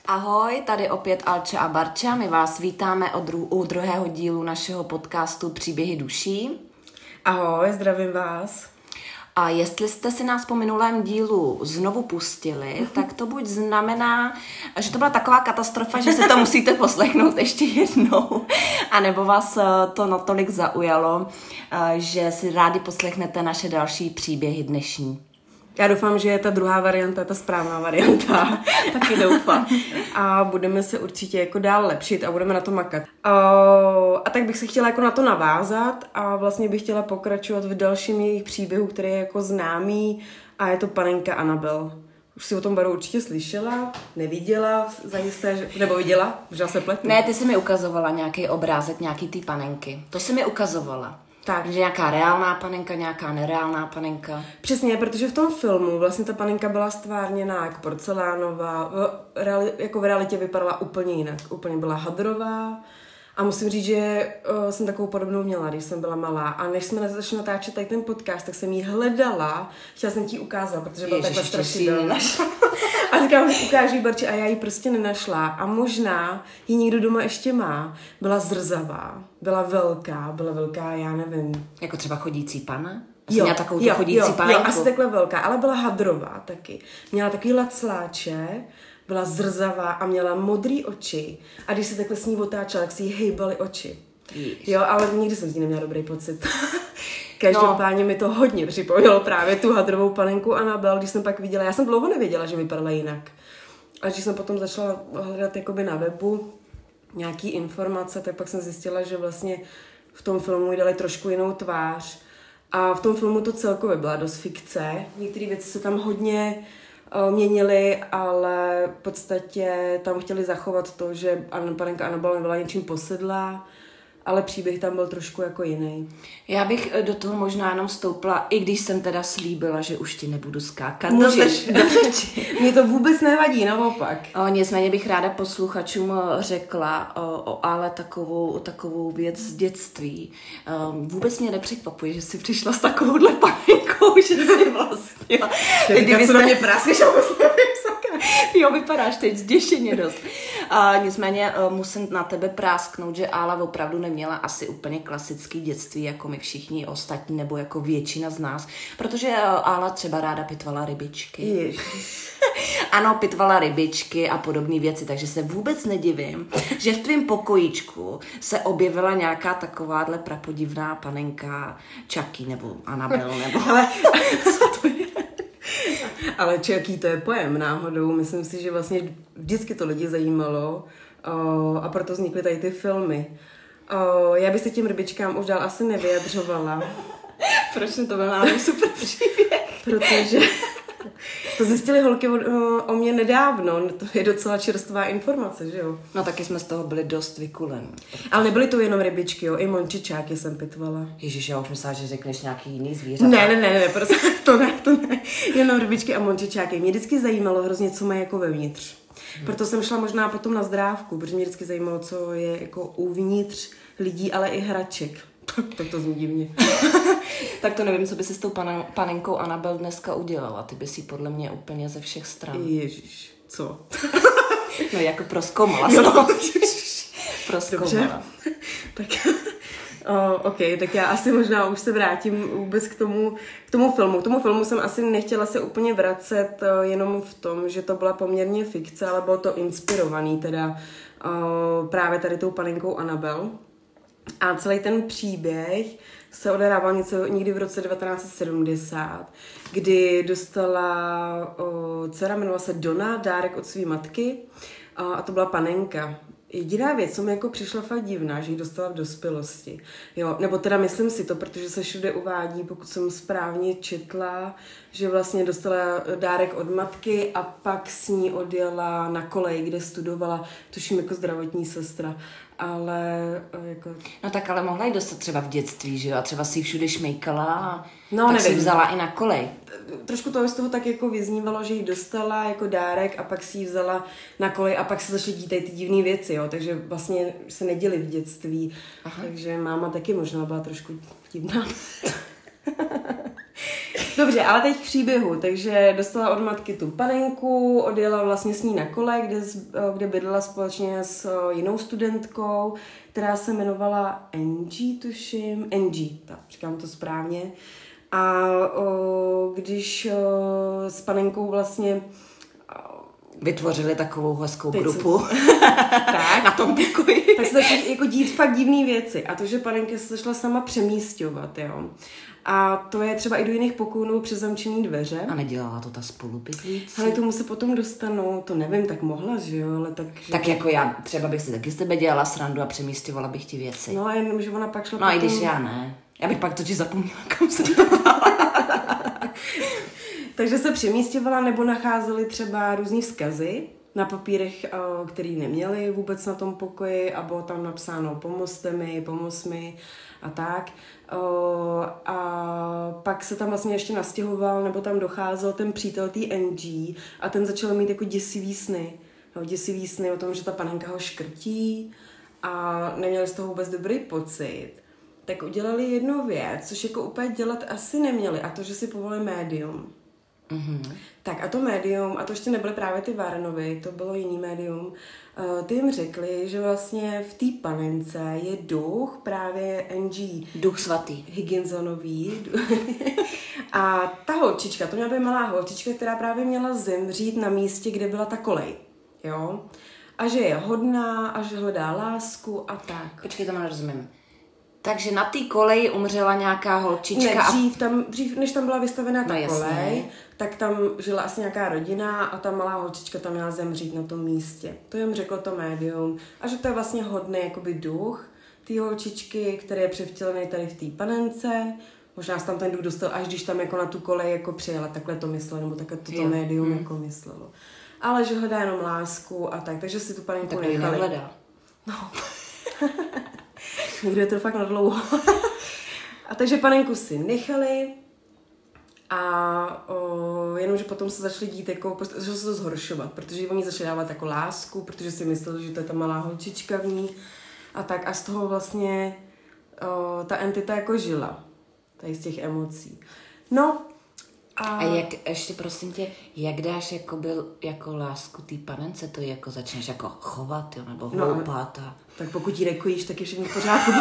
Ahoj, tady opět Alča a Barča. My vás vítáme u druhého dílu našeho podcastu Příběhy duší. Ahoj, zdravím vás. A jestli jste si nás po minulém dílu znovu pustili, tak to buď znamená, že to byla taková katastrofa, že si to musíte poslechnout ještě jednou, anebo vás to natolik zaujalo, že si rádi poslechnete naše další příběhy dnešní. Já doufám, že je ta druhá varianta ta správná varianta. Taky doufám. A budeme se určitě jako dál lepšit a budeme na to makat. A tak bych se chtěla jako na to navázat a vlastně bych chtěla pokračovat v dalším jejich příběhu, který je jako známý a je to panenka Annabel. Už si o tom Baru určitě slyšela, neviděla, zajisté, nebo viděla, možná se pletu. Ne, ty jsi mi ukazovala nějaký obrázek, nějaký ty panenky. To jsi mi ukazovala. Tak, že nějaká reálná panenka, nějaká nereálná panenka. Přesně, protože v tom filmu vlastně ta panenka byla stvárněná jako porcelánová, jako v realitě vypadala úplně jinak. Úplně byla hadrová a musím říct, že jsem takovou podobnou měla, když jsem byla malá. A než jsme začali natáčet tady ten podcast, tak jsem ji hledala, chtěla jsem ti ji ukázat, protože byla takhle strašidelná. A říkám, ukážu Barči a já ji prostě nenašla. A možná ji někdo doma ještě má. Byla zrzavá, byla velká, já nevím. Jako třeba chodící pana? Jo, měla takovou chodící panenku. Jo, asi takhle velká, ale byla hadrová taky. Měla takový lacláče, byla zrzavá a měla modrý oči. A když se takhle s ní otáčela, tak si jí hejbaly oči. Jež. Jo, ale nikdy jsem z ní neměla dobrý pocit. Každopádně mi to hodně připomnělo právě tu hadrovou panenku Annabel, když jsem pak viděla. Já jsem dlouho nevěděla, že vypadala jinak. A když jsem potom začala hledat jakoby na webu nějaký informace, tak pak jsem zjistila, že vlastně v tom filmu jí dali trošku jinou tvář. A v tom filmu to celkově byla dost fikce. Některé věci se tam hodně měnily, ale v podstatě tam chtěli zachovat to, že panenka Annabel nebyla něčím posedlá, ale příběh tam byl trošku jako jiný. Já bych do toho možná jenom vstoupila, i když jsem teda slíbila, že už ti nebudu skákat. Můžeš. Mně to vůbec nevadí, naopak. Nicméně bych ráda posluchačům řekla o Ale takovou věc z dětství. Vůbec mě nepřekvapuje, že jsi přišla s takovouhle panenkou, že jsi vlastnila. Kdyby se na mě práskneš a Jo, vypadáš teď zděšeně dost. Nicméně musím na tebe prásknout, že Ála opravdu neměla asi úplně klasický dětství, jako my všichni ostatní, nebo jako většina z nás, protože Ála třeba ráda pitvala rybičky. Ano, pitvala rybičky a podobné věci, takže se vůbec nedivím, že v tvém pokojíčku se objevila nějaká takováhle prapodivná panenka Chucky nebo Annabel, nebo... Ale co to je? Ale jaký to je pojem náhodou, myslím si, že vlastně vždycky to lidi zajímalo a proto vznikly tady ty filmy. Já bych se těm rybičkám už dál asi nevyjadřovala. Proč to byl náhodou super příběh? Protože to zjistili holky o mě nedávno, to je docela čerstvá informace, že jo? No taky jsme z toho byli dost vykuleni. Ale nebyly to jenom rybičky, jo, i mončičáky jsem pitvala. Ježiš, já už myslela, že řekneš nějaký jiný zvířata. Ne, prostě to ne, jenom rybičky a mončičáky. Mě vždycky zajímalo hrozně, co mají jako vevnitř. Proto jsem šla možná potom na zdrávku, protože mě vždycky zajímalo, co je jako uvnitř lidí, ale i hraček. Tak to zní divně. Tak to nevím, co by si s tou panenkou Annabel dneska udělala. Ty by si podle mě úplně ze všech stran. Ježiš, co? No jako proskoumala. Proskoumala. Tak... OK, tak já asi možná už se vrátím vůbec k tomu filmu. K tomu filmu jsem asi nechtěla se úplně vracet jenom v tom, že to byla poměrně fikce, ale bylo to inspirovaný teda právě tady tou panenkou Annabel. A celý ten příběh se odehrával někdy v roce 1970, kdy dostala dcera, jmenovala se Donna, dárek od své matky a to byla panenka. Jediná věc, co mi jako přišla fakt divná, že ji dostala v dospělosti. Jo, nebo teda myslím si to, protože se všude uvádí, pokud jsem správně četla, že vlastně dostala dárek od matky a pak s ní odjela na kolej, kde studovala, tuším jako zdravotní sestra. Ale jako... No tak ale mohla ji dostat třeba v dětství, že jo? A třeba si ji všude šmejkala a no, pak nevím. si vzala i na kolej. Trošku to z toho tak jako vyznívalo, že ji dostala jako dárek a pak si ji vzala na kolej a pak se začaly dít ty divné věci, jo? Takže vlastně se neděli v dětství. Aha. Takže máma taky možná byla trošku divná. Dobře, ale teď k příběhu. Takže dostala od matky tu panenku, odjela vlastně s ní na kole, kde bydlela společně s jinou studentkou, která se jmenovala Angie, tuším. Angie, tak říkám to správně. A když s panenkou vlastně vytvořili takovou hezkou grupu tak, na tom pokoji. Tak se začaly jako dít fakt divné věci. A to, že panenka se začala sama přemísťovat, jo. A to je třeba i do jiných pokojů nebo přes zamčený dveře. A nedělala to ta spolubydlící? Ale tomu se potom dostanu, to nevím, tak mohla, že jo, ale tak... Tak jako já, třeba bych si taky z tebe dělala srandu a přemístěvala bych ti věci. No a jenom, že ona pak šla no potom... i když já ne. Já bych pak totiž zapomněla, kam se to Takže se přemístěvala nebo nacházely třeba různý vzkazy na papírech, který neměli vůbec na tom pokoji a bylo tam napsáno pomoz mi a tak. A pak se tam vlastně ještě nastěhoval nebo tam docházel ten přítel té Angie a ten začal mít jako děsivý sny o tom, že ta panenka ho škrtí a neměli z toho vůbec dobrý pocit. Tak udělali jednu věc, což jako úplně dělat asi neměli, a to, že si povolili médium. Mm-hmm. Tak a to médium, a to ještě nebyly právě ty Warrenovi, to bylo jiný médium, ty jim řekli, že vlastně v té panence je duch právě Angie. Duch svatý. Higginsonový. A ta holčička, to měla být malá holčička, která právě měla zemřít na místě, kde byla ta kolej. Jo? A že je hodná a že hledá lásku a tak. Počkej, to nerozumím. Takže na té koleji umřela nějaká holčička. Ne, dřív, než tam byla vystavená ta kolej, tak tam žila asi nějaká rodina a ta malá holčička tam měla zemřít na tom místě. To jim řeklo to médium. A že to je vlastně hodný jakoby duch té holčičky, který je převtělený tady v té panence. Možná se tam ten duch dostal, až když tam jako na tu kolej jako přijela. Takhle to myslelo, nebo takhle to médium jako myslelo. Ale že hledá jenom lásku a tak, takže si tu panenku nechali. Tak nehledá. No. Někdo je to fakt na dlouho. A takže panenku si nechali a jenomže potom se začali dít jako, začalo se to zhoršovat, protože oni začali dávat jako lásku, protože si mysleli, že to je ta malá holčička v ní a tak a z toho vlastně ta entita jako žila, tady z těch emocí. No a jak, ještě prosím tě, jak dáš jako lásku té panence, to jako začneš jako chovat, jo, nebo houpat a... Tak pokud ji nekojíš, tak je všechno v pořádku.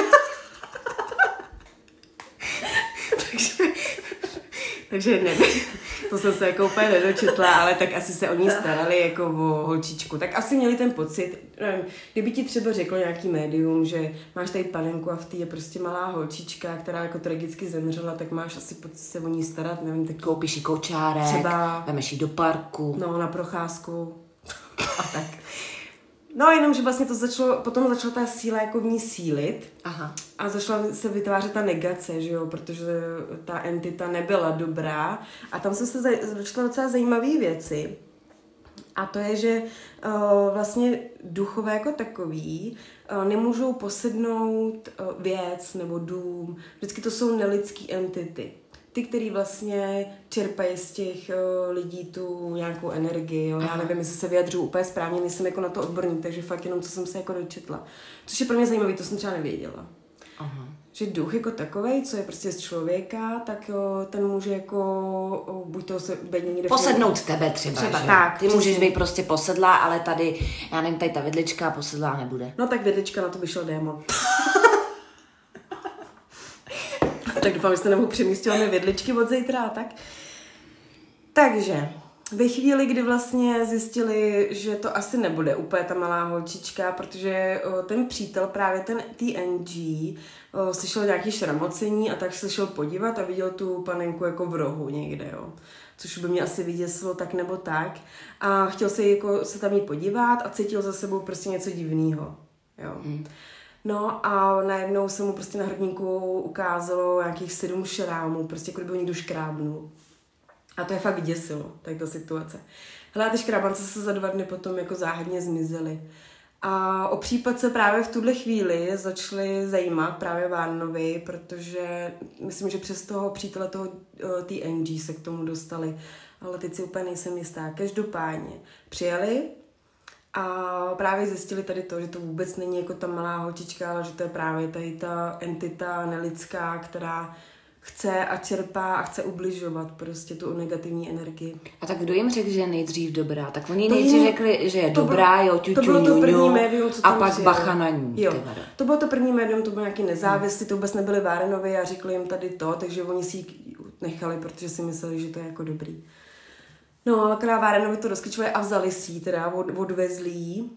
takže ne, to jsem se jako úplně nedočetla, ale tak asi se o ní starali jako o holčičku. Tak asi měli ten pocit, nevím, kdyby ti třeba řeklo nějaký médium, že máš tady panenku a v té je prostě malá holčička, která jako tragicky zemřela, tak máš asi pocit se o ní starat, nevím, tak koupíš jí kočárek, třeba vemeš jí do parku. No, na procházku a tak. No, jenom, že vlastně potom začala ta síla jako v ní sílit. Aha. A začala se vytvářet ta negace, že jo, protože ta entita nebyla dobrá a tam se začaly docela zajímavé věci. A to je, že vlastně duchové jako takový nemůžou posednout věc nebo dům. Vždycky to jsou nelidský entity. Ty, který vlastně čerpají z těch lidí tu nějakou energii, jo. Já nevím, jestli se vyjadřuju úplně správně, nejsem jako na to odborník, takže fakt jenom, co jsem se jako dočetla. Což je pro mě zajímavé, to jsem třeba nevěděla. Aha. Že duch jako takovej, co je prostě z člověka, tak ten může jako buď to se být někde... Posednout tebe třeba že? Tak. Ty můžeš být prostě posedlá, ale tady, já nevím, tady ta vidlička posedlá nebude. No tak vidlička, na to by šel démon. Tak doufám, že jste nemohu přemístěvat mé vidličky od zítra, tak. Takže ve chvíli, kdy vlastně zjistili, že to asi nebude úplně ta malá holčička, protože ten přítel, právě ten Angie, slyšel nějaký šramocení a tak se šel podívat a viděl tu panenku jako v rohu někde, jo. Což by mě asi vyděsilo tak nebo tak. A chtěl se tam jít podívat a cítil za sebou prostě něco divného, jo. No a najednou se mu prostě na hrudníku ukázalo nějakých 7 šrámů, prostě jako kdyby ho někdo škrábnul. A to je fakt děsilo, tak ta situace. Hele, ty škrábance se za 2 dny potom jako záhadně zmizely. A o případ se právě v tuhle chvíli začali zajímat právě Warrenovi, protože myslím, že přes toho přítele té Angie se k tomu dostali. Ale teď si úplně nejsem jistá. Každopádně přijeli a právě zjistili tady to, že to vůbec není jako ta malá holčička, ale že to je právě tady ta entita nelidská, která chce a čerpá a chce ubližovat prostě tu negativní energii. A tak kdo jim řekl, že je nejdřív dobrá? Tak oni nejdřív řekli, že je dobrá, jo, to bylo to první médium, co a tam pak přijelo. bacha na ní. Jo, to bylo to první médium, to bylo nějaký nezávislý, to vůbec nebyli Warrenovi a řekli jim tady to, takže oni si ji nechali, protože si mysleli, že to je jako dobrý. No, akorát Warrenovi to rozkričovali a vzali si ji, teda odvezli ji.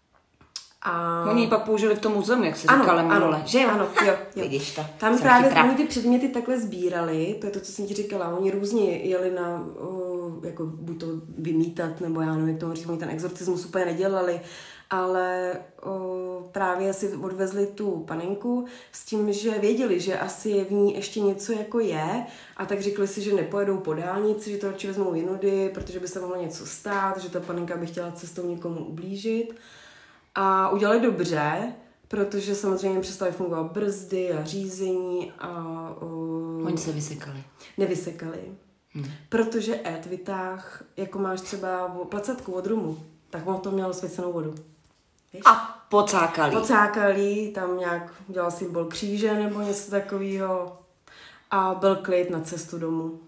A... Oni ji pak použili v tom muzeu, jak se říkala minule, že jo? Ano, jo. Vidíš to. Tam právě oni ty předměty takhle sbírali, to je to, co jsem ti říkala, oni různě jeli na, jako buď to vymítat, nebo já nevím, jak tomu říct, oni ten exorcismus úplně nedělali, ale právě si odvezli tu panenku s tím, že věděli, že asi je v ní ještě něco jako je, a tak řekli si, že nepojedou po dálnici, že to radši vezmou jinudy, protože by se mohlo něco stát, že ta panenka by chtěla cestou někomu ublížit. A udělali dobře, protože samozřejmě přestaly fungovat brzdy a řízení a... Oni se vysekali. Nevysekali. Protože Ed vytáhl, jako máš třeba placatku od rumu, tak on to měl svěcenou vodu. Víš? A pocákali. Pocákali, tam nějak dělal symbol kříže nebo něco takového a byl klid na cestu domů.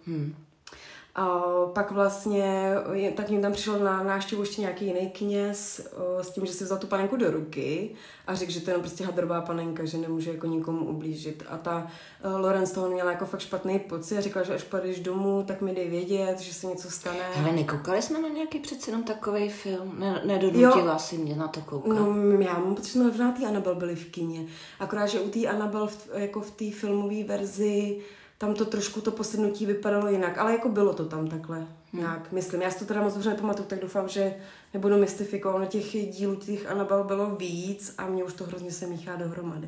A pak vlastně, tak jim tam přišel na návštěvu ještě nějaký jiný kněz s tím, že si vzal tu panenku do ruky a řekl, že to je jenom prostě hadrová panenka, že nemůže jako nikomu ublížit. A ta Lauren z toho měla jako fakt špatný pocit a říkala, že až půjdeš domů, tak mi dej vědět, že se něco stane. Ale nekoukali jsme na nějaký přece jenom takovej film? Nedonutila si mě na to koukat. No, já mám pocit, že jsme na té Annabelle byli v kině. Akorát, že u té Annabelle jako v té filmové verzi tam to trošku to posednutí vypadalo jinak, ale jako bylo to tam takhle nějak, myslím. Já si to teda moc dobře nepamatuju, tak doufám, že nebudu mystifikovat. Na těch dílů těch Annabelle bylo víc a mě už to hrozně se míchá dohromady.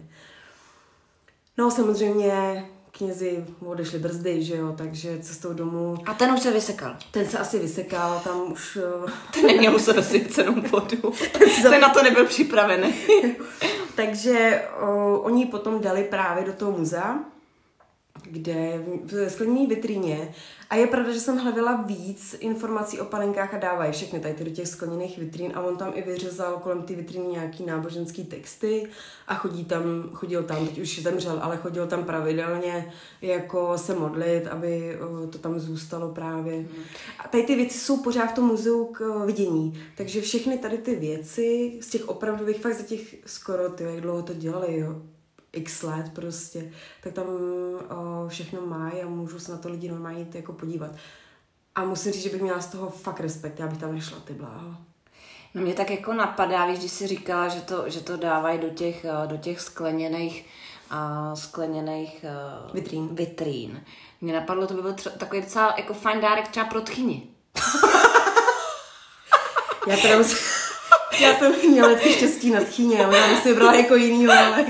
No samozřejmě knězi odešli brzdy, že jo, takže cestou domů. A ten už se vysekal. Ten se asi vysekal, tam už... Ten neměl u sebe svěcenou vodu. Ten na to nebyl připravený. Takže oni potom dali právě do toho muzea, kde v skleněné vitríně. A je pravda, že jsem hledala víc informací o panenkách a dávají všechny tady do těch skleněných vitrín a on tam i vyřezal kolem ty vitríny nějaký náboženský texty a chodil tam, teď už zemřel, ale chodil tam pravidelně jako se modlit, aby to tam zůstalo právě. A tady ty věci jsou pořád v tom muzeu k vidění, takže všechny tady ty věci z těch opravdových, fakt za těch skoro, jak dlouho to dělali, jo, x let prostě, tak tam všechno mají a můžu se na to lidi normálně jít jako podívat. A musím říct, že bych měla z toho fakt respekt, já bych tam nešla, ty bláho. No mě tak jako napadá, víš, když jsi říkala, že to dávají do těch skleněných vitrín. Mně napadlo, to by byl takový docela jako fajn dárek třeba pro tchyni. Já jsem měla vždycky štěstí na tchyně, ale já bych si vybrala jako jiný, ale...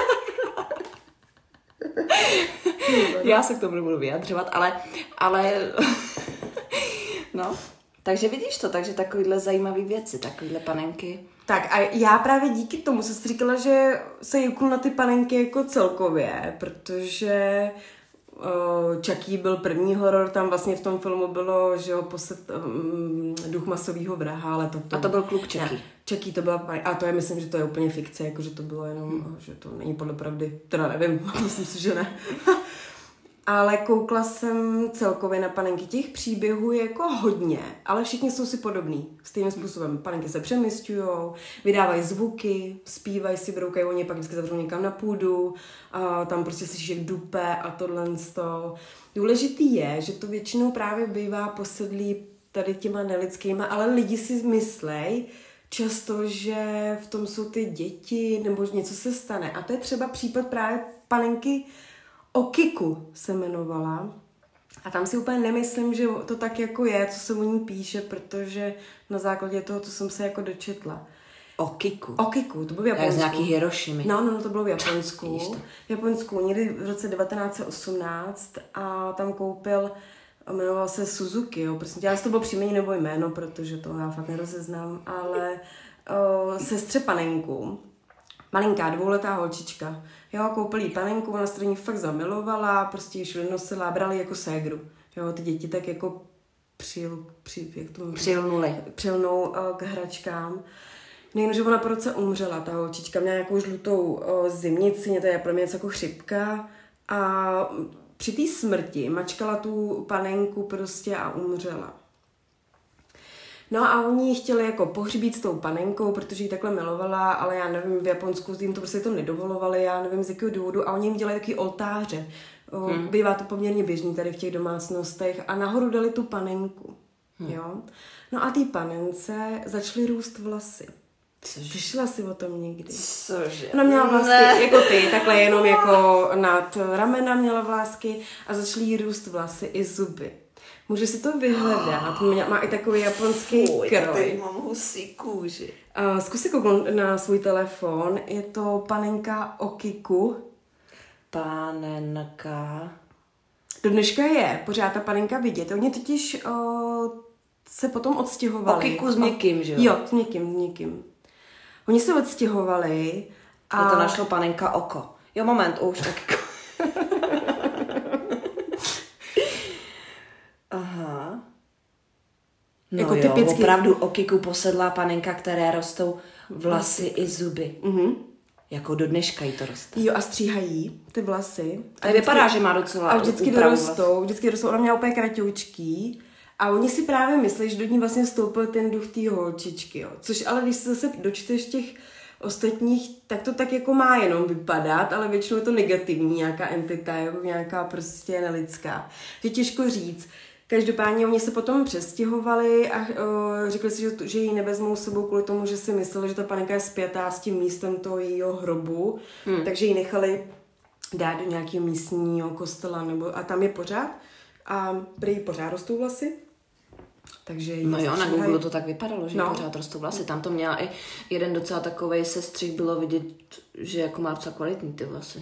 Já se k tomu nebudu vyjadřovat, ale no, takže vidíš to, takže takovýhle zajímavý věci, takovýhle panenky. Tak a já právě díky tomu jsem si říkala, že se juknu na ty panenky jako celkově, protože Chucky byl první horor, tam vlastně v tom filmu bylo, že ho duch masového vraha, ale a to byl kluk Chucky. Ne, Chucky to byla, a to je, myslím, že to je úplně fikce, jako že to bylo jenom, že to není podle pravdy, teda nevím, myslím si, že ne. Ale koukla jsem celkově na panenky, těch příběhů je jako hodně, ale všichni jsou si podobný. Stejným způsobem panenky se přemysťujou, vydávají zvuky, zpívají si, broukají, oni pak vždycky zavřou někam na půdu, a tam prostě slyšíš jak dupe a tohle z toho. Důležitý je, že to většinou právě bývá posedlý tady těma nelidskýma, ale lidi si myslej často, že v tom jsou ty děti nebo něco se stane. A to je třeba případ právě panenky Okiku se jmenovala. A tam si úplně nemyslím, že to tak jako je, co se o ní píše, protože na základě toho, co jsem se jako dočetla. Okiku, to bylo v Japonsku. Z nějaký Hirošimy. No, to bylo v Japonsku. V Japonsku někdy v roce 1918 a tam koupil, jmenoval se Suzuki, jo. Prostě já to bylo příjmení nebo jméno, protože to já fakt nerozeznám, ale sestře panenku. Malinká, 2letá holčička. Jo, koupili jí panenku, ona se do ní fakt zamilovala, prostě ji šli nosila, brali jako ségru. Jo, ty děti tak jako přilnou k hračkám. Nejenže ona po roce umřela, ta holčička, měla nějakou žlutou zimnici, to je pro mě něco jako chřipka a při té smrti mačkala tu panenku prostě a umřela. No a oni ji chtěli jako pohřbít s tou panenkou, protože ji takhle milovala, ale já nevím, v Japonsku jim to prostě to nedovolovali, já nevím z jakého důvodu, a oni jim dělají taky oltáře. Bývá to poměrně běžný tady v těch domácnostech a nahoru dali tu panenku. Jo? No a té panence začaly růst vlasy. Slyšela jsi o tom někdy? Cože? Ona měla vlasy jako ty, takhle jenom jako nad ramena měla vlásky a začaly jí růst vlasy i zuby. Může si to vyhledat, má i takový japonský kroj. Tady mám husí kůži. Zkus si kouknout na svůj telefon, je to panenka Okiku. Panenka. Do dneška je pořád ta panenka vidět. Oni totiž se potom odstěhovali. Okiku s měkkým, že jo? Jo, s měkkým. Oni se odstěhovali a... Je to našlo panenka oko. Jo, moment, už Okiku. Aha. No jako jo, typicky... opravdu Okiku posedlá panenka, které rostou vlasy i zuby. Jako do dneška jí to roste. Jo, a stříhají ty vlasy. A vypadá, že má docela a vždycky dorostou. Ona měla úplně kratoučký. A oni si právě myslí, že do ní vlastně vstoupil ten duch té holčičky, jo. Což ale když se zase dočteš těch ostatních, tak to tak jako má jenom vypadat, ale většinou je to negativní nějaká entita, jako nějaká prostě nelidská. Je těžko říct. Každopádně oni se potom přestěhovali a řekli si, že ji nevezmou s sebou kvůli tomu, že si mysleli, že ta panenka je spjatá s tím místem toho jejího hrobu, takže ji nechali dát do nějakého místního kostela, a tam je pořád. A prý pořád rostou vlasy. Takže no jo, na Google to tak vypadalo, že pořád rostou vlasy. Tam to měla i jeden docela takovej sestřih, bylo vidět, že jako má docela kvalitní ty vlasy.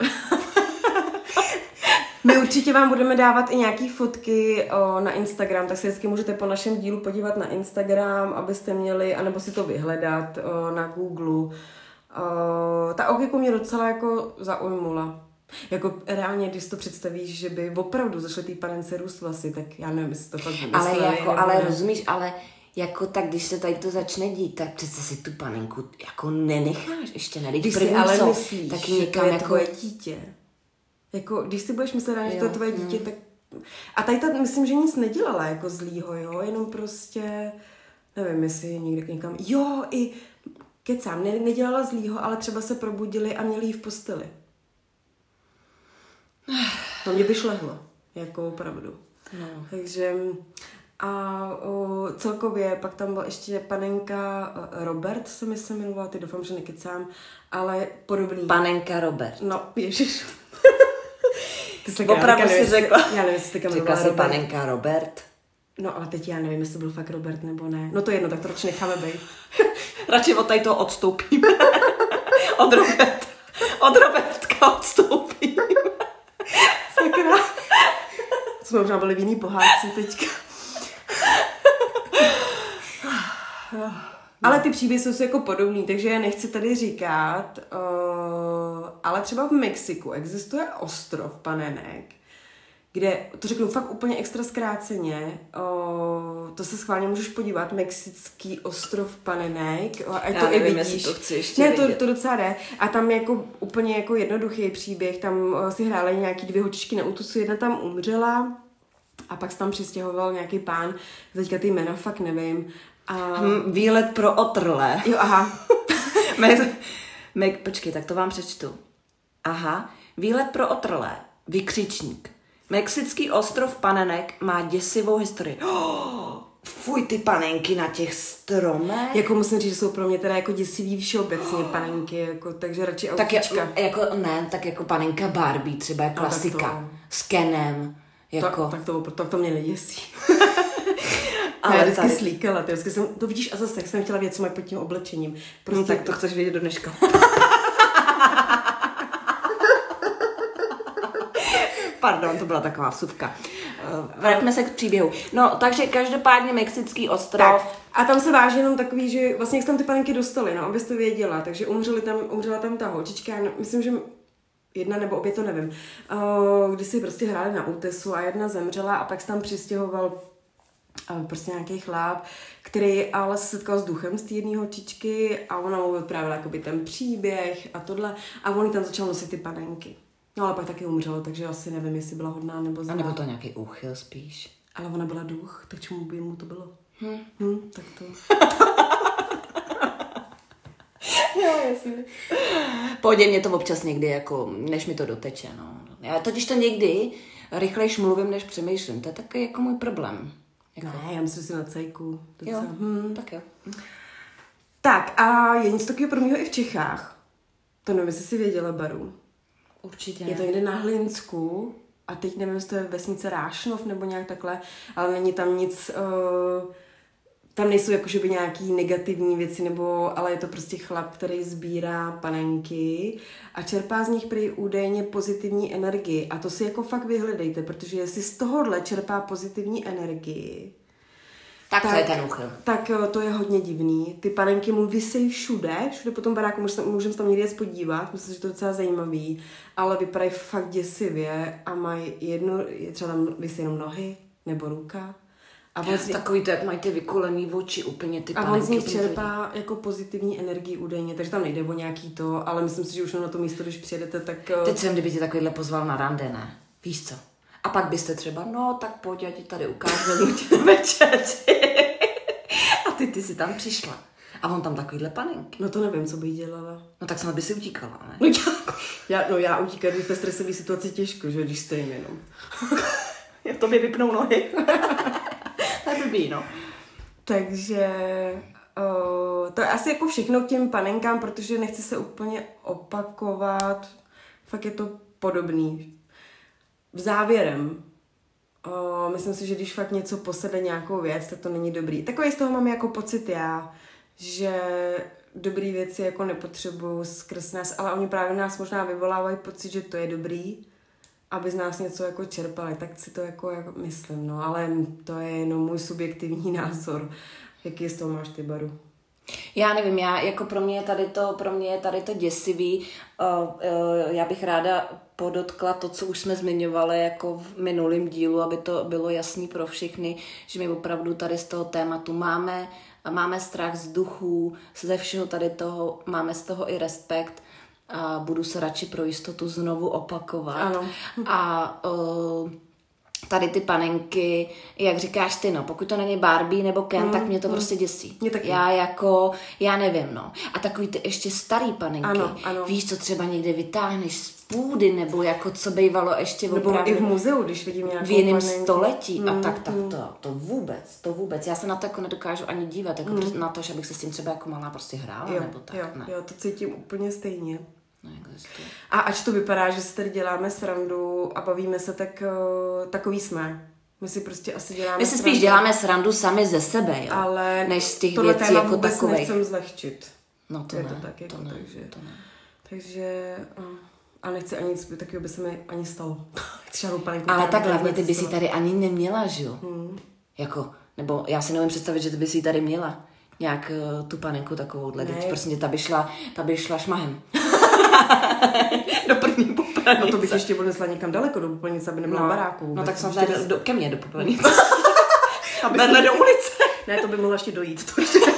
My určitě vám budeme dávat i nějaký fotky na Instagram, tak se vždycky můžete po našem dílu podívat na Instagram, abyste měli, anebo si to vyhledat na Google. Ta Okiku mě docela jako zaujmula. Jako reálně, když to představíš, že by opravdu zašly té panence růst vlasy, tak já nevím, jestli to fakt vymysleli. Ale rozumíš, ale jako tak, když se tady to začne dít, tak přece si tu panenku jako nenecháš, ještě ne. Když si ale myslíš, tak někam že to je jako tvoje dítě. Jako, když si budeš myslet, že to je tvoje dítě, tak... A tady ta, myslím, že nic nedělala jako zlýho, jo, jenom prostě, nevím, jestli někde někam... Jo, i kecám, nedělala zlýho, ale třeba se probudili a měli jí v posteli. To mě by šlehlo, jako opravdu. No. Takže celkově pak tam byla ještě panenka Robert, se mi se jmenovala, ty doufám, že nekecám, ale podobný. Panenka Robert. No, ježiš. Opravdu si řekla. Já nevím, jestli se řekla si panenka Robert. No, ale teď já nevím, jestli byl fakt Robert nebo ne. No to je jedno, tak to radši necháme být. Radši od tady toho odstoupíme. Od Robertka odstoupíme. Sakra. Jsme možná byli v jiný pohádce teďka. Ale ty příběhy jsou si jako podobný, takže já nechci tady říkat, ale třeba v Mexiku existuje ostrov panenek, kde, to řeknu fakt úplně extra zkráceně, to se schválně můžeš podívat, mexický ostrov panenek, a já to nevím, i vidíš. To chci ještě ne, to docela jde. A tam jako úplně jako jednoduchý příběh, tam si hrály nějaký 2 holčičky na útusu, jedna tam umřela a pak se tam přistěhoval nějaký pán, teďka ty jména fakt nevím. Výlet pro otrlé. Jo, aha. Počkej, tak to vám přečtu. Aha, výlet pro otrlé, vykřičník. Mexický ostrov panenek má děsivou historii. Fuj, ty panenky na těch stromech. Jako musím říct, že jsou pro mě teda jako děsivý všeobecně panenky, jako, takže radši autíčka. Tak jako panenka Barbie, třeba je klasika. S Kenem. Jako. Tak to mě neděsí. Ale já vždycky slíkala, vždycky jsem, to vidíš a zase, jak jsem chtěla věc, co mají pod tím oblečením. Prostě no tak to chceš vědět do dneška. Pardon, to byla taková vsuvka. Vraťme se k příběhu. No, takže každopádně mexický ostrov. Tak. A tam se váží jenom takový, že vlastně jak se tam ty panenky dostaly, no, abyste věděla. Takže umřela tam ta holčička, myslím, že jedna nebo obě, to nevím. Kdy si prostě hráli na útesu a jedna zemřela a pak se tam přistěhoval prostě nějaký chlap, který ale se setkal s duchem z té jedné holčičky a ona mu vyprávěla jakoby ten příběh a tohle a on tam začal nosit ty panenky. No ale pak taky umřela, takže asi nevím, jestli byla hodná nebo zlá. A nebo to nějaký úchyl spíš. Ale ona byla duch, tak čemu by mu to bylo? Tak to... Jo, jasně. Pohodě, mě to občas někdy, jako, než mi to doteče, no. Já totiž to někdy rychlejš mluvím, než přemýšlím. To je taky jako můj problém. Jako... Ne, já myslím si na cejku. Jo, tak jo. Tak a je něco takového prvního i v Čechách. To nevím, jestli jsi věděla, Baru. Určitě Je to někde na Hlinsku a teď nevím, jestli to je vesnice Rášnov nebo nějak takhle, ale není tam nic... Tam nejsou jakože by nějaký negativní věci, ale je to prostě chlap, který sbírá panenky a čerpá z nich prý údajně pozitivní energii. A to si jako fakt vyhledejte, protože jestli z tohohle čerpá pozitivní energii, tak to je ten úchyl. Tak to je hodně divný. Ty panenky mu visejí všude po tom baráku, můžeme se tam někdy jet podívat, myslím, že to je docela zajímavý, ale vypadají fakt děsivě a mají třeba tam visejí jenom nohy nebo ruka. A on takový to, jak mají ty vykulený oči úplně, ty panenky. A on z nich čerpá jako pozitivní energii údajně, takže tam nejde o nějaký to, ale myslím si, že už na to místo, když přijedete, tak... Teď jsem, kdyby tě takovýhle pozval na rande, ne? Víš co? A pak byste třeba, no tak pojď, já ti tady ukážu večeři. A ty si tam přišla. A on tam takovýhle panenky. No to nevím, co by dělala. No tak snad by si utíkala, ne? Já utíkám ve stresové situaci těžko, že když stojím jenom. Já to mi vypnou nohy. To je blbý, no. Takže to je asi jako všechno k těm panenkám, protože nechci se úplně opakovat. Fakt je to podobný. V závěrem, myslím si, že když fakt něco posede nějakou věc, tak to není dobrý. Takový z toho mám jako pocit já, že dobrý věci jako nepotřebuju skrz nás, ale oni právě nás možná vyvolávají pocit, že to je dobrý, aby z nás něco jako čerpali, tak si to jako myslím, no, ale to je jenom můj subjektivní názor. Jaký z toho máš ty, Baru? Já nevím, pro mě je tady to děsivý. Já bych ráda podotkla to, co už jsme zmiňovali jako v minulém dílu, aby to bylo jasný pro všechny, že my opravdu tady z toho tématu máme strach z duchů, ze všeho tady toho, máme z toho i respekt. A budu se radši pro jistotu znovu opakovat. Ano. A tady ty panenky, jak říkáš ty, no, pokud to není Barbie nebo Ken, tak mě to prostě děsí. Já nevím, no. A takový ty ještě starý panenky, ano. Víš, co třeba někde vytáhneš z půdy, nebo jako co bývalo ještě nebo opravdu i v muzeu, když vidím nějakou v jiném století a tak to vůbec. Já se na to jako nedokážu ani dívat, jako na to, že bych se s tím třeba jako malá prostě hrála, nebo tak. Jo, to cítím úplně stejně. A ač to vypadá, že si tady děláme srandu a bavíme se, tak takový jsme. My si prostě asi děláme My si spíš děláme srandu sami ze sebe, jo? Ale než z těch věcí jako takových. Nechcem zlehčit. No to je ne, to tak, jako, to ne, takže, to ne. Takže a nechci ani nic takového by se mi ani stalo. Ale tak hlavně ty by si tady ani neměla, že jo? Jako, nebo já si nevím představit, že ty by si tady měla. Nějak tu panenku takovouhle. Teď prostě ta by šla šmahem. Do první popelnice. No to bych ještě odnesla někam daleko do popelnice, aby nebyla baráků. No tak samozřejmě ke mně do popelnice. Vedle do ulice. Ne, to by mohla ještě dojít.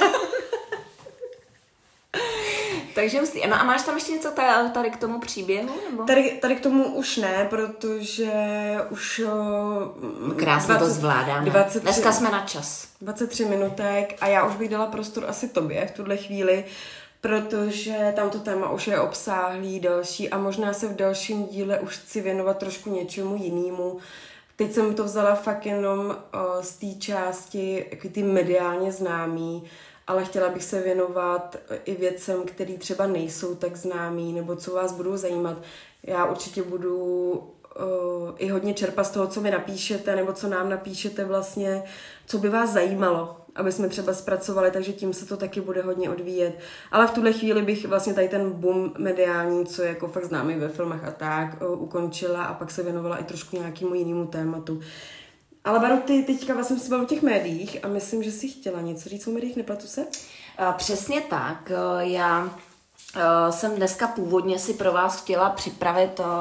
Takže no a máš tam ještě něco tady k tomu příběhu? Nebo? Tady k tomu už ne, protože už... Krásně to zvládám. Dneska jsme na čas. 23 minutek a já už bych dala prostor asi tobě v tuhle chvíli, protože tamto téma už je obsáhlý další a možná se v dalším díle už chci věnovat trošku něčemu jinému. Teď jsem to vzala fakt jenom z té části, jako ty mediálně známý, ale chtěla bych se věnovat i věcem, které třeba nejsou tak známý, nebo co vás budou zajímat. Já určitě budu i hodně čerpat z toho, co mi napíšete, nebo co nám napíšete vlastně, co by vás zajímalo, aby jsme třeba zpracovali, takže tím se to taky bude hodně odvíjet. Ale v tuhle chvíli bych vlastně tady ten boom mediální, co je jako fakt známý ve filmech a tak, ukončila a pak se věnovala i trošku nějakému jinému tématu. Ale Baru, ty teďka vlastně si bavil o těch médiích a myslím, že jsi chtěla něco říct o médiích, nepletu se? Přesně tak. Já jsem dneska původně si pro vás chtěla připravit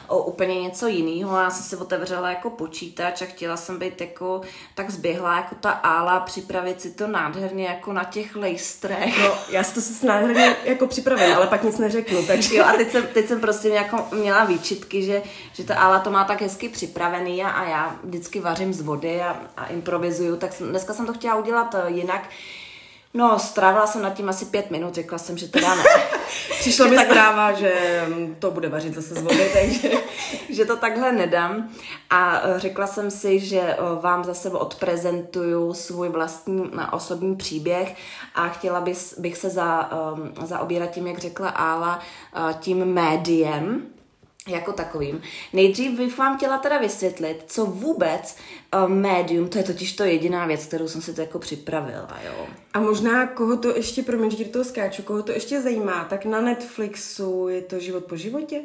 o úplně něco jiného. Já jsem si otevřela jako počítač a chtěla jsem být jako tak zběhlá jako ta Ála, připravit si to nádherně jako na těch lejstrech. No, já si to si nádherně jako připravím, ale pak nic neřeknu, takže... Jo, a teď jsem prostě jako měla výčitky, že ta Ála to má tak hezky připravený a já vždycky vařím z vody a improvizuju, tak dneska jsem to chtěla udělat jinak. No, strávila jsem nad tím asi 5 minut, řekla jsem, že teda ne. Přišla mi zpráva, že to bude vařit zase z vody, takže... že to takhle nedám. A řekla jsem si, že vám zase odprezentuju svůj vlastní osobní příběh a chtěla bych se zaobírat tím, jak řekla Ála, tím médiem, jako takovým. Nejdřív bych vám chtěla teda vysvětlit, co vůbec médium, to je totiž to jediná věc, kterou jsem si to jako připravila, jo. A možná koho to ještě, promiň, že do toho skáču, koho to ještě zajímá, tak na Netflixu je to Život po životě?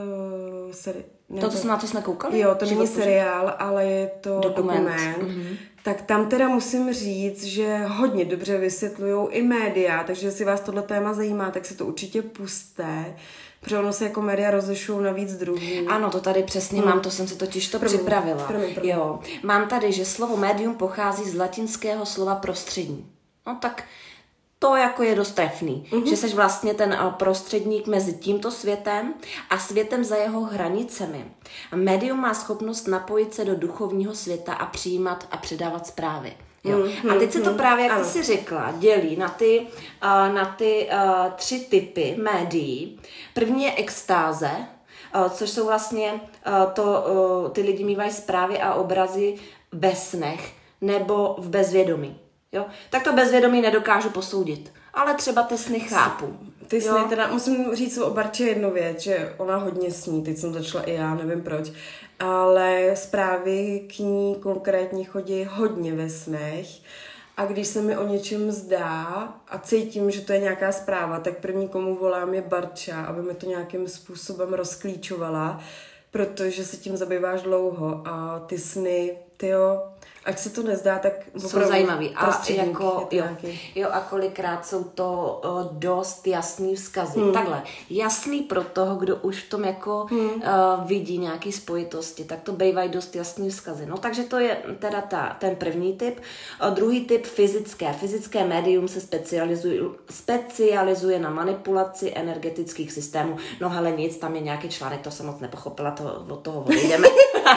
To, co jsme na to jsme koukali? Jo, to není seriál, ale je to dokument. Mm-hmm. Tak tam teda musím říct, že hodně dobře vysvětlujou i média, takže jestli vás tohle téma zajímá, tak si to určitě pusťte. Protože ono se jako média rozlišují na víc druhů. Ano, to tady přesně mám, to jsem si totiž to připravila. Promiň. Jo, mám tady, že slovo médium pochází z latinského slova prostřední. No tak to jako je dost trefný, že jsi vlastně ten prostředník mezi tímto světem a světem za jeho hranicemi. Médium má schopnost napojit se do duchovního světa a přijímat a předávat zprávy. Jo. A teď se to právě, jak ty jsi řekla, dělí na ty 3 typy médií. První je extáze, což jsou vlastně ty lidi mývají zprávy a obrazy ve snech nebo v bezvědomí. Jo? Tak to bezvědomí nedokážu posoudit, ale třeba ty sny chápu. Ty sny, teda musím říct o Barče jednu věc, že ona hodně sní, teď jsem začala i já, nevím proč, ale zprávy k ní konkrétně chodí hodně ve snech a když se mi o něčem zdá a cítím, že to je nějaká zpráva, tak první, komu volám, je Barča, aby mi to nějakým způsobem rozklíčovala, protože se tím zabýváš dlouho a ty sny, tyjo, ať se to nezdá, tak jsou zajímavý. A jako, jo, a kolikrát jsou to dost jasný vzkazy. Takhle, jasný pro toho, kdo už v tom jako vidí nějaký spojitosti, tak to bývají dost jasný vzkazy. No takže to je teda ten první typ. Druhý typ fyzické. Fyzické médium se specializuje na manipulaci energetických systémů. No hele, nic, tam je nějaký článek, to jsem moc nepochopila, od toho odejdeme.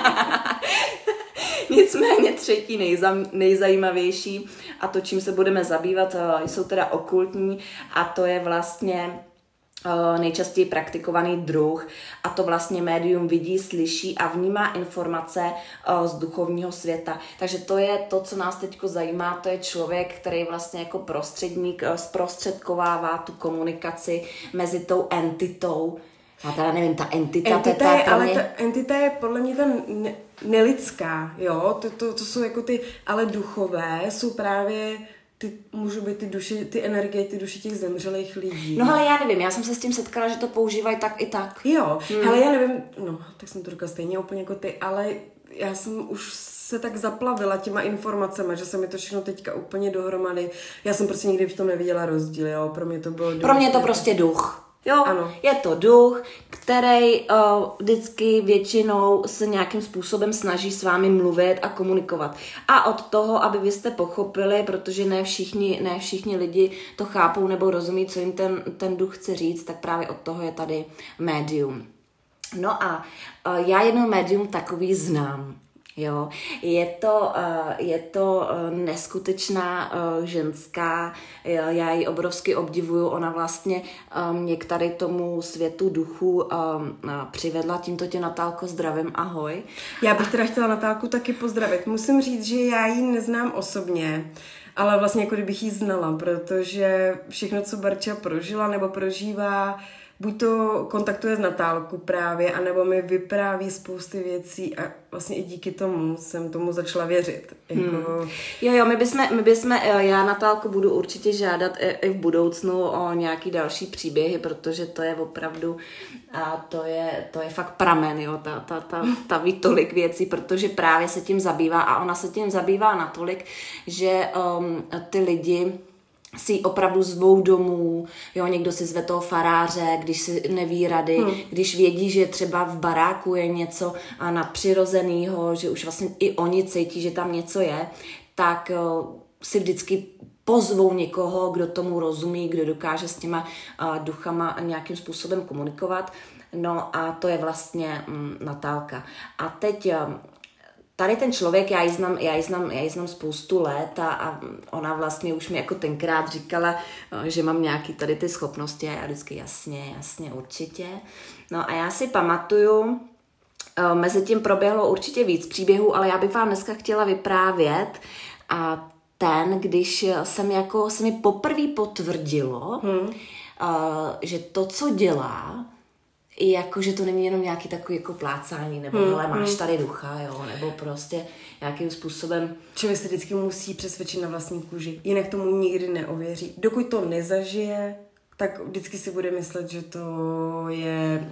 Nicméně třetí nejzajímavější a to, čím se budeme zabývat, jsou teda okultní a to je vlastně nejčastěji praktikovaný druh a to vlastně médium vidí, slyší a vnímá informace z duchovního světa. Takže to je to, co nás teďko zajímá, to je člověk, který vlastně jako prostředník zprostředkovává tu komunikaci mezi tou entitou. Já teda nevím, ta entita entita je podle mě ta nelidská, jo, to jsou jako ty, ale duchové jsou právě můžou být ty duše, ty energie, ty duše těch zemřelých lidí. No ale já nevím, já jsem se s tím setkala, že to používají tak i tak. Jo, hele, já nevím, no, tak jsem to říkala stejně úplně jako ty, ale já jsem už se tak zaplavila těma informacemi, že se mi to všechno teďka úplně dohromady, já jsem prostě nikdy v tom neviděla rozdíl, jo, pro mě to bylo... Pro mě je to prostě duch. Jo, ano. Je to duch, který vždycky většinou se nějakým způsobem snaží s vámi mluvit a komunikovat. A od toho, aby vy jste pochopili, protože ne všichni lidi to chápou nebo rozumí, co jim ten duch chce říct, tak právě od toho je tady médium. No a já jedno médium takový znám. Jo, je to neskutečná ženská, já ji obrovsky obdivuju, ona vlastně mě k tady tomu světu duchu přivedla, tímto tě Natálko zdravím, ahoj. Já bych teda chtěla Natálku taky pozdravit, musím říct, že já ji neznám osobně, ale vlastně jako kdybych ji znala, protože všechno, co Barča prožila nebo prožívá, buď to kontaktuje s Natálku právě, anebo mi vypráví spousty věcí a vlastně i díky tomu jsem tomu začala věřit. Jako... Jo, my bychom, já Natálku budu určitě žádat i v budoucnu o nějaký další příběhy, protože to je opravdu, a to je fakt pramen, jo, ta ví tolik věcí, protože právě se tím zabývá a ona se tím zabývá natolik, že ty lidi si opravdu zvou domů, jo, někdo si zve toho faráře, když si neví rady, když vědí, že třeba v baráku je něco nadpřirozenýho, že už vlastně i oni cítí, že tam něco je, tak si vždycky pozvou někoho, kdo tomu rozumí, kdo dokáže s těma duchama nějakým způsobem komunikovat. No a to je vlastně Natálka. A teď tady ten člověk, já ji znám spoustu let a ona vlastně už mi jako tenkrát říkala, že mám nějaký tady ty schopnosti a já vždycky jasně, určitě. No a já si pamatuju, mezi tím proběhlo určitě víc příběhů, ale já bych vám dneska chtěla vyprávět a když se mi poprvé potvrdilo, že to, co dělá, jako, že to není jenom nějaký takový jako plácání, nebo hele, máš tady ducha, jo, nebo prostě nějakým způsobem. Člověk se vždycky musí přesvědčit na vlastní kůži, jinak tomu nikdy neověří. Dokud to nezažije, tak vždycky si bude myslet, že to je...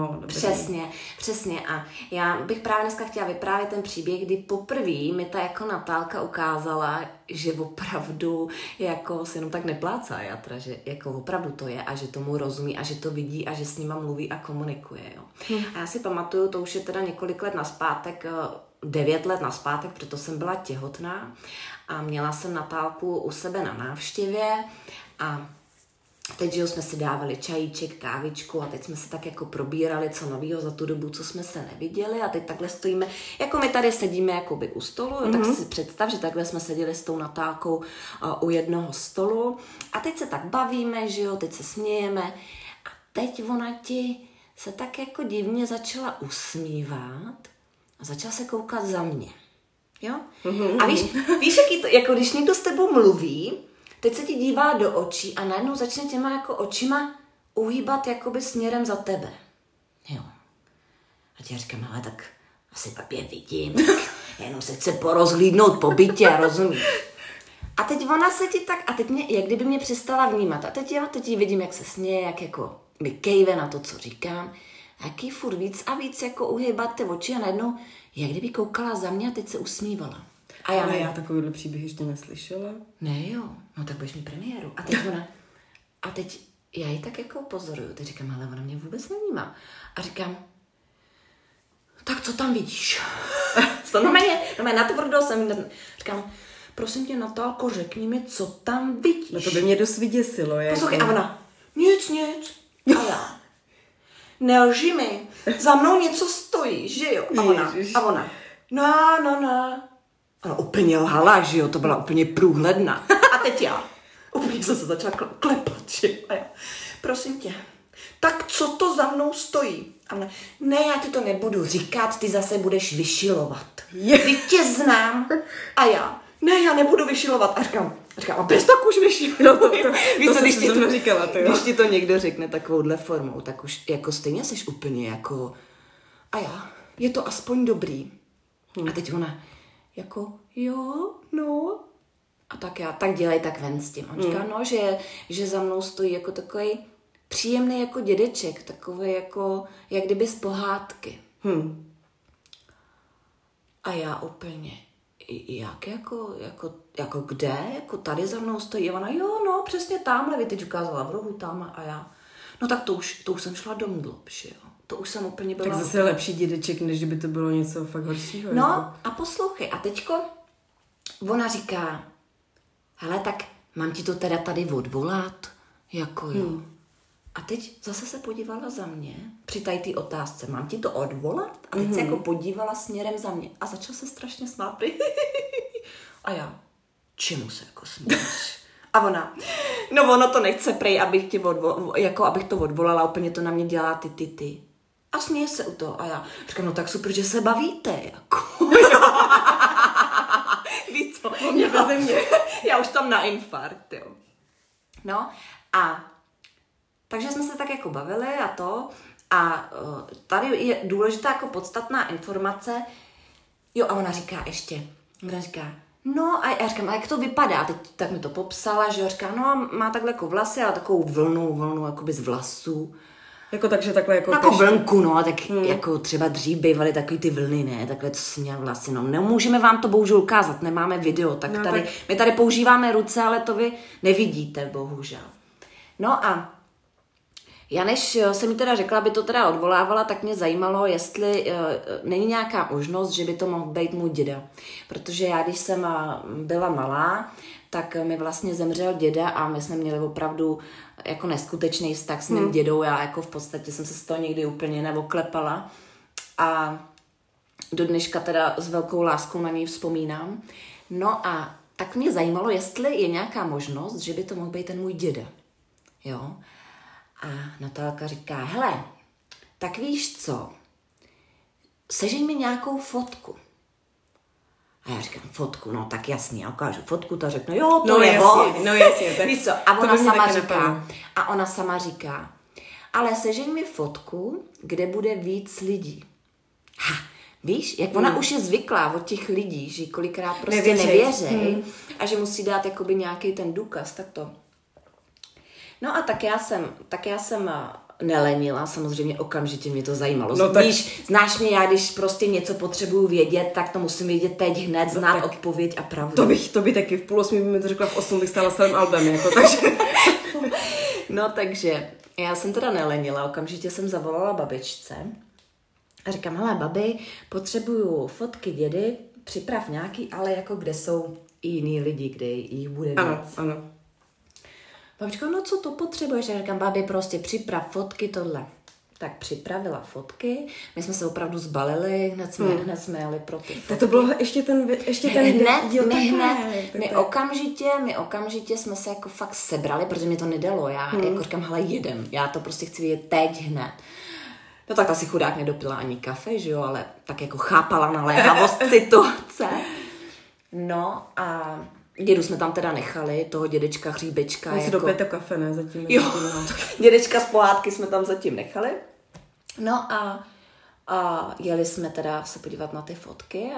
Přesně. A já bych právě dneska chtěla vyprávět ten příběh, kdy poprvé mi ta jako Natálka ukázala, že opravdu jako se jenom tak neplácá jatra, že jako opravdu to je a že tomu rozumí a že to vidí a že s nima mluví a komunikuje. Jo. A já si pamatuju, to už je teda několik let nazpátek, 9 let nazpátek, proto jsem byla těhotná a měla jsem Natálku u sebe na návštěvě a teď, že jsme si dávali čajíček, kávičku a teď jsme se tak jako probírali, co novýho za tu dobu, co jsme se neviděli a teď takhle stojíme, jako my tady sedíme jakoby u stolu, tak si představ, že takhle jsme seděli s tou Natálkou u jednoho stolu a teď se tak bavíme, že jo, teď se smějeme a teď ona ti se tak jako divně začala usmívat a začala se koukat za mě, jo? A víš, jaký to, jako když někdo s tebou mluví, teď se ti dívá do očí a najednou začne těma jako očima uhýbat jakoby směrem za tebe. Jo. A ti říkám, ale tak asi papě vidím, tak jenom se chce porozhlídnout po bytě, rozumíš? A teď ona se ti tak, a teď mě, jak kdyby mě přestala vnímat. A teď ji vidím, jak se směje, jak jako mi kejve na to, co říkám. A jaký furt víc a víc jako uhýbat ty oči a najednou, jak kdyby koukala za mě a teď se usmívala. Ale já takovýhle příběh ještě neslyšela. Ne jo, no tak budeš mi premiéru. A teď já ji tak jako pozoruju, teď říkám, ale ona mě vůbec nevnímá. A říkám, tak co tam vidíš? No mě natvrdo jsem, říkám, prosím tě, Natálko, řekni mi, co tam vidíš. No to by mě dost vyděsilo. Poslouchej, a ona, nic. A já, nelži mi, za mnou něco stojí, že jo? A ona, no. Ona úplně lhala, že jo, to byla úplně průhledná. A teď já, úplně jsem se začala klepat, že jo. A já, prosím tě, tak co to za mnou stojí? A ona, ne, já ti to nebudu říkat, ty zase budeš vyšilovat. Teď tě znám. A já, ne, já nebudu vyšilovat. A říkám, a bez tak už vyšiluj. No když ti to někdo řekne takovouhle formou, tak už jako stejně seš úplně jako, a já, je to aspoň dobrý. A teď ona, jako, jo, no. A tak dělej tak ven s tím. On říká, no, že za mnou stojí jako takový příjemný jako dědeček, takový jako, jak kdyby z pohádky. A já úplně, jak jako kde? Jako tady za mnou stojí. A ona, jo, no, přesně tamhle, vy teď ukázala v rohu tam a já. No tak to už jsem šla domů dlouho, jo. To už jsem úplně byla. Tak zase lepší dědeček, než kdyby to bylo něco fakt horšího. No jako. A poslouchej, a teďko ona říká, hele, tak mám ti to teda tady odvolat? Jako jo. A teď zase se podívala za mě, při tady té otázce, mám ti to odvolat? A teď se jako podívala směrem za mě a začala se strašně smát. A já, čemu se jako směš? A ona, no ono to nechce prej, abych to odvolala, úplně to na mě dělá ty. A směje se u toho. A já říkám, no tak super, že se bavíte, jako. Víš co? Já už tam na infarkt, jo. No a takže jsme se tak jako bavili a to. A tady je důležitá jako podstatná informace. Jo, a ona říká, no a já říkám, a jak to vypadá? A teď tak mi to popsala, že jo, říká, no má takhle jako vlasy, ale takovou vlnu jakoby z vlasů. Jako takže takhle jako vlnku, no, tak jako třeba dřív bývaly takový ty vlny, ne, takhle, co si měl vlasy, no, nemůžeme vám to bohužel ukázat, nemáme video, tak no, tady, my tady používáme ruce, ale to vy nevidíte, bohužel. No a já než jsem mi teda řekla, aby to teda odvolávala, tak mě zajímalo, jestli není nějaká možnost, že by to mohl být můj děda. Protože já, když jsem byla malá, tak mi vlastně zemřel děda a my jsme měli opravdu jako neskutečný vztah s mým dědou. Já jako v podstatě jsem se z toho nikdy úplně neoklepala. A do dneška teda s velkou láskou na něj vzpomínám. No a tak mě zajímalo, jestli je nějaká možnost, že by to mohl být ten můj děda. Jo. A Natálka říká, hele, tak víš co, sežeň mi nějakou fotku. A já říkám, fotku, no tak jasně, já ukážu fotku, ta řekne, jo, to je on. No jasně, tak víš co, a ona sama říká, ale sežeň mi fotku, kde bude víc lidí. Ha, víš, jak ona už je zvyklá od těch lidí, že kolikrát prostě nevěřej a že musí dát jakoby nějaký ten důkaz, tak to. No a tak já jsem nelenila, samozřejmě okamžitě mě to zajímalo. No, tak... Víš, znáš mě, já když prostě něco potřebuju vědět, tak to musím vědět teď hned, znát odpověď a pravdu. To by taky v 7:30 by mi to řekla, v 8 bych stála s celým albem, jako, takže... No takže, já jsem teda nelenila, okamžitě jsem zavolala babičce a říkám, hele babi, potřebuju fotky dědy, připrav nějaký, ale jako kde jsou i jiný lidi, kde jich bude víc. Ano. Babička, no co to potřebuješ? Já říkám, babi, prostě připrav fotky, tohle. Tak připravila fotky, my jsme se opravdu zbalili, hned jsme jeli pro ty fotky. Tak to bylo ještě ten my okamžitě jsme se jako fakt sebrali, protože mi to nedalo, já jako říkám, hele, jedem, já to prostě chci vidět teď hned. No tak ta si chudák nedopila ani kafe, že jo, ale tak jako chápala naléhavost situace. No a dědu jsme tam teda nechali, toho dědečka Hříbečka. My si dopijete kafe, ne? Zatím. Jo, dědečka z pohádky jsme tam zatím nechali. No a jeli jsme teda se podívat na ty fotky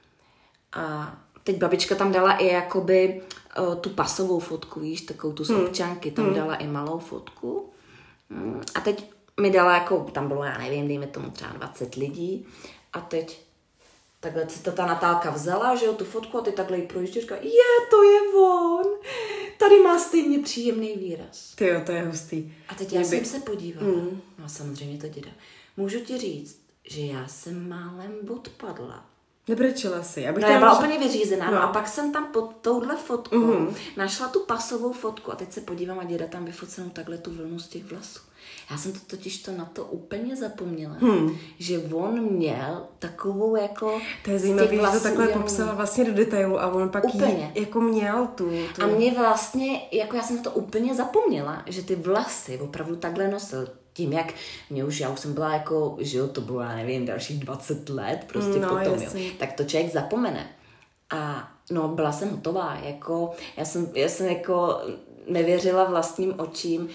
a teď babička tam dala i jakoby tu pasovou fotku, víš, takovou tu z občanky, tam dala i malou fotku. A teď mi dala jako, tam bylo, já nevím, dejme tomu třeba 20 lidí a teď takhle si to ta Natálka vzala, že jo, tu fotku a ty takhle jí projíždí a říká, to je on, tady má stejně příjemný výraz. Tyjo, to je hustý. A teď já jsem se podívala, no samozřejmě to děda. Můžu ti říct, že já jsem málem odpadla. Nebrečela si. Já byla úplně vyřízená. No a pak jsem tam pod touhle fotkou našla tu pasovou fotku a teď se podívám a děda tam vyfocenou takhle tu vlnu z těch vlasů. Já jsem to totiž na to úplně zapomněla, že on měl takovou jako... To je zajímavé, že to takhle popsala vlastně do detailu a on pak jako měl tu... A mě vlastně, jako já jsem to úplně zapomněla, že ty vlasy opravdu takhle nosil. Tím, jak já už jsem byla jako, že jo, to bylo, já nevím, dalších 20 let prostě potom, jo. Tak to člověk zapomene. A no, byla jsem hotová, jako, já jsem jako nevěřila vlastním očím,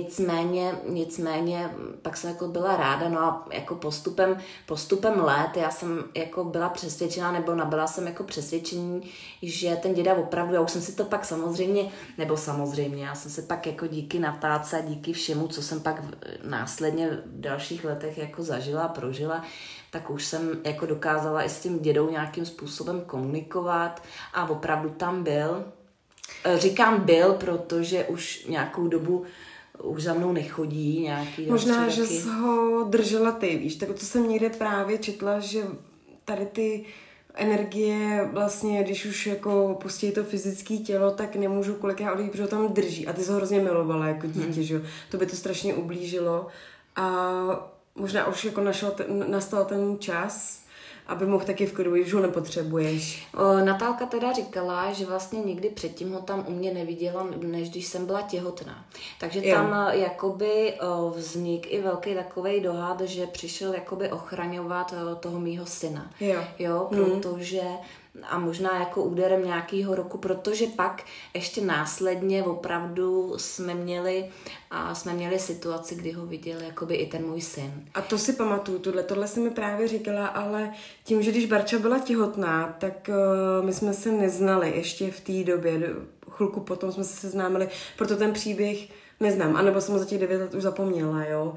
nicméně pak jsem jako byla ráda, no a jako postupem let já jsem jako byla přesvědčená, nebo nabyla jsem jako přesvědčení, že ten děda opravdu, já už jsem si to pak samozřejmě, já jsem se pak jako díky Natálce a díky všemu, co jsem pak následně v dalších letech jako zažila a prožila, tak už jsem jako dokázala i s tím dědou nějakým způsobem komunikovat a opravdu tam byl. Říkám byl, protože už nějakou dobu už za mnou nechodí nějaký. Možná, že jsi ho držela ty, víš, tak to jsem někde právě četla, že tady ty energie vlastně, když už jako pustí to fyzické tělo, tak nemůžu kolikrát odejít, protože ho tam drží a ty jsi ho hrozně milovala jako dítě, že jo, to by to strašně ublížilo a možná už jako nastal ten čas, aby mohl taky v klidu, že ho nepotřebuješ. Natálka teda říkala, že vlastně nikdy předtím ho tam u mě neviděla, než když jsem byla těhotná. Takže tam jakoby vznik i velký takovej dohad, že přišel jakoby ochraňovat toho mýho syna. Jo, protože a možná jako úderem nějakého roku, protože pak ještě následně opravdu jsme měli situaci, kdy ho viděl jakoby i ten můj syn. A to si pamatuju, tohle jsi mi právě říkala, ale tím, že když Barča byla těhotná, tak my jsme se neznali ještě v té době, chvilku potom jsme se seznámili, proto ten příběh neznám, anebo jsem ho za těch 9 let už zapomněla, jo.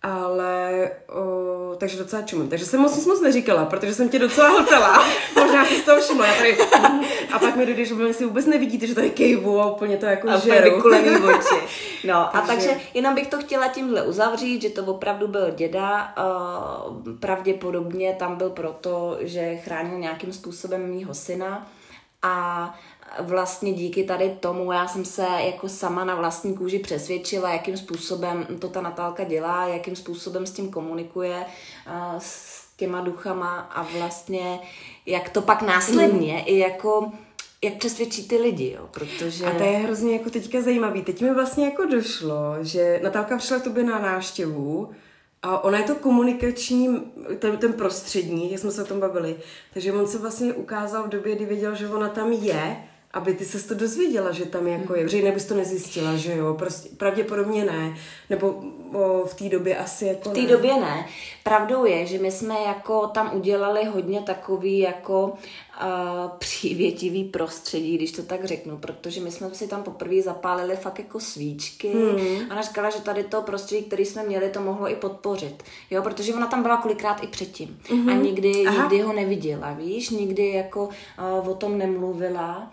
Ale, takže docela čumím. Takže jsem moc neříkala, protože jsem tě docela hltala. Možná si z toho všimla. Já tady, a pak mi dojde, že mě si vůbec nevidíte, že tady kejvu a úplně to jako žeru. A vykulený oči. No, a takže jenom bych to chtěla tímhle uzavřít, že to opravdu byl děda. Pravděpodobně tam byl proto, že chránil nějakým způsobem mýho syna. A vlastně díky tady tomu já jsem se jako sama na vlastní kůži přesvědčila, jakým způsobem to ta Natálka dělá, jakým způsobem s tím komunikuje s těma duchama a vlastně jak to pak následně i jako jak přesvědčí ty lidi, jo, protože... A to je hrozně jako teďka zajímavý. Teď mi vlastně jako došlo, že Natálka přišla k tobě na návštěvu a ona je to komunikační, ten prostřední, jak jsme se o tom bavili. Takže on se vlastně ukázal v době, kdy věděl, že ona tam je, aby ty ses to dozvěděla, že tam jako je. Protože jinak bys to nezjistila, že jo? Prostě pravděpodobně ne. Nebo v té době asi jako v té době ne. Pravdou je, že my jsme jako tam udělali hodně takový jako přívětivý prostředí, když to tak řeknu, protože my jsme si tam poprvé zapálili fakt jako svíčky. Ona říkala, že tady to prostředí, který jsme měli, to mohlo i podpořit. Jo, protože ona tam byla kolikrát i předtím. A nikdy ho neviděla, víš? Nikdy jako o tom nemluvila.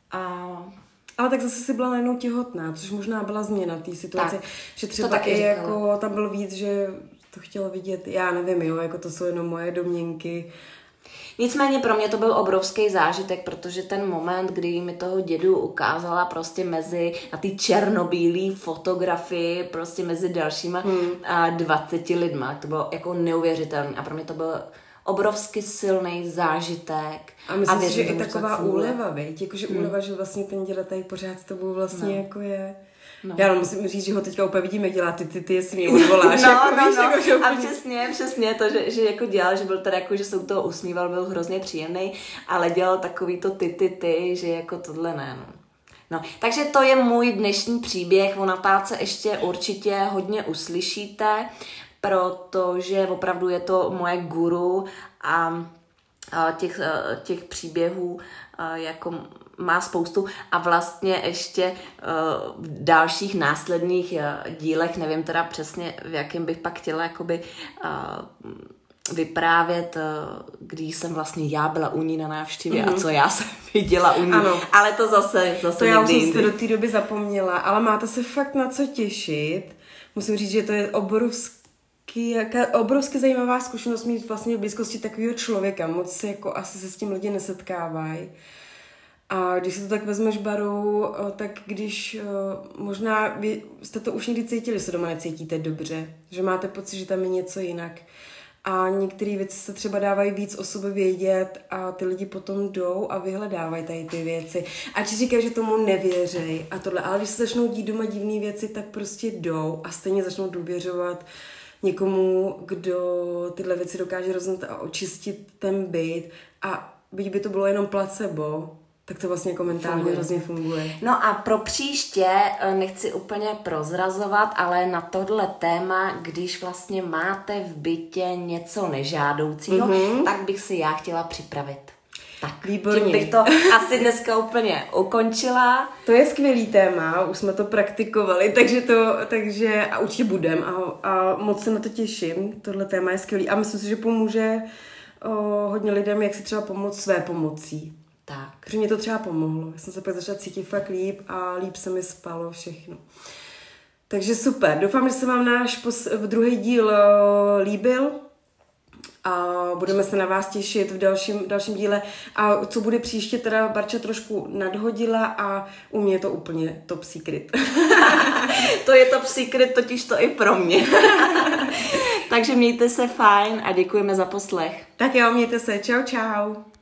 Ale tak zase si byla najednou těhotná, což možná byla změna té situace, tak, že třeba i jako tam byl víc, že to chtěla vidět, já nevím, jo, jako to jsou jenom moje domněnky. Nicméně pro mě to byl obrovský zážitek, protože ten moment, kdy mi toho dědu ukázala prostě na ty černobílé fotografii prostě mezi dalšíma 20 lidma, to bylo jako neuvěřitelné a pro mě to byl obrovsky silný zážitek. A myslím si, že i taková úleva, viď? Jakože úleva, že vlastně ten děda tady pořád s tebou vlastně jako je. No. Já musím říct, že ho teďka úplně vidím, jak dělá ty jestli mě odvoláš. Jako a přesně to, že jako dělal, že byl tady jako, že se u toho usmíval, byl hrozně příjemný, ale dělal takový to ty, že jako tohle ne, no, takže to je můj dnešní příběh, o Natálce ještě určitě hodně uslyšíte, protože opravdu je to moje guru a těch příběhů jako má spoustu a vlastně ještě v dalších následných dílech, nevím teda přesně, v jakém bych pak chtěla jakoby vyprávět, když jsem vlastně já byla u ní na návštěvě a co já jsem viděla u ní. Ano. Ale to zase to já už jsem se do té doby zapomněla, ale máte se fakt na co těšit. Musím říct, že to je obrovsky zajímavá zkušenost mít vlastně v blízkosti takového člověka. Moc se jako asi se s tím lidi nesetkávají. A když si to tak vezmeš, Baru, tak když možná vy jste to už někdy cítili, se doma necítíte dobře, že máte pocit, že tam je něco jinak. A některé věci se třeba dávají víc o sobě vědět a ty lidi potom jdou a vyhledávají tady ty věci. Ať říkají, že tomu nevěřej a tohle. Ale když se začnou dít doma divné věci, tak prostě jdou a stejně začnou důvěřovat někomu, kdo tyhle věci dokáže roznat a očistit ten byt. A byť by to bylo jenom placebo, tak to vlastně mentálně hrozně funguje. No a pro příště nechci úplně prozrazovat, ale na tohle téma, když vlastně máte v bytě něco nežádoucího, tak bych si já chtěla připravit. Tak, výborně. Tím bych to asi dneska úplně ukončila. To je skvělý téma, už jsme to praktikovali, takže a určitě budem a moc se na to těším. Tohle téma je skvělý a myslím si, že pomůže hodně lidem, jak si třeba pomoct své pomocí. Tak. Protože mě to třeba pomohlo. Já jsem se pak začala cítit fakt líp a líp se mi spalo všechno. Takže super. Doufám, že se vám náš druhý díl líbil a budeme se na vás těšit v dalším díle. A co bude příště, teda Barča trošku nadhodila a u mě je to úplně top secret. To je top secret, totiž to i pro mě. Takže mějte se fajn a děkujeme za poslech. Tak jo, mějte se. Čau, čau.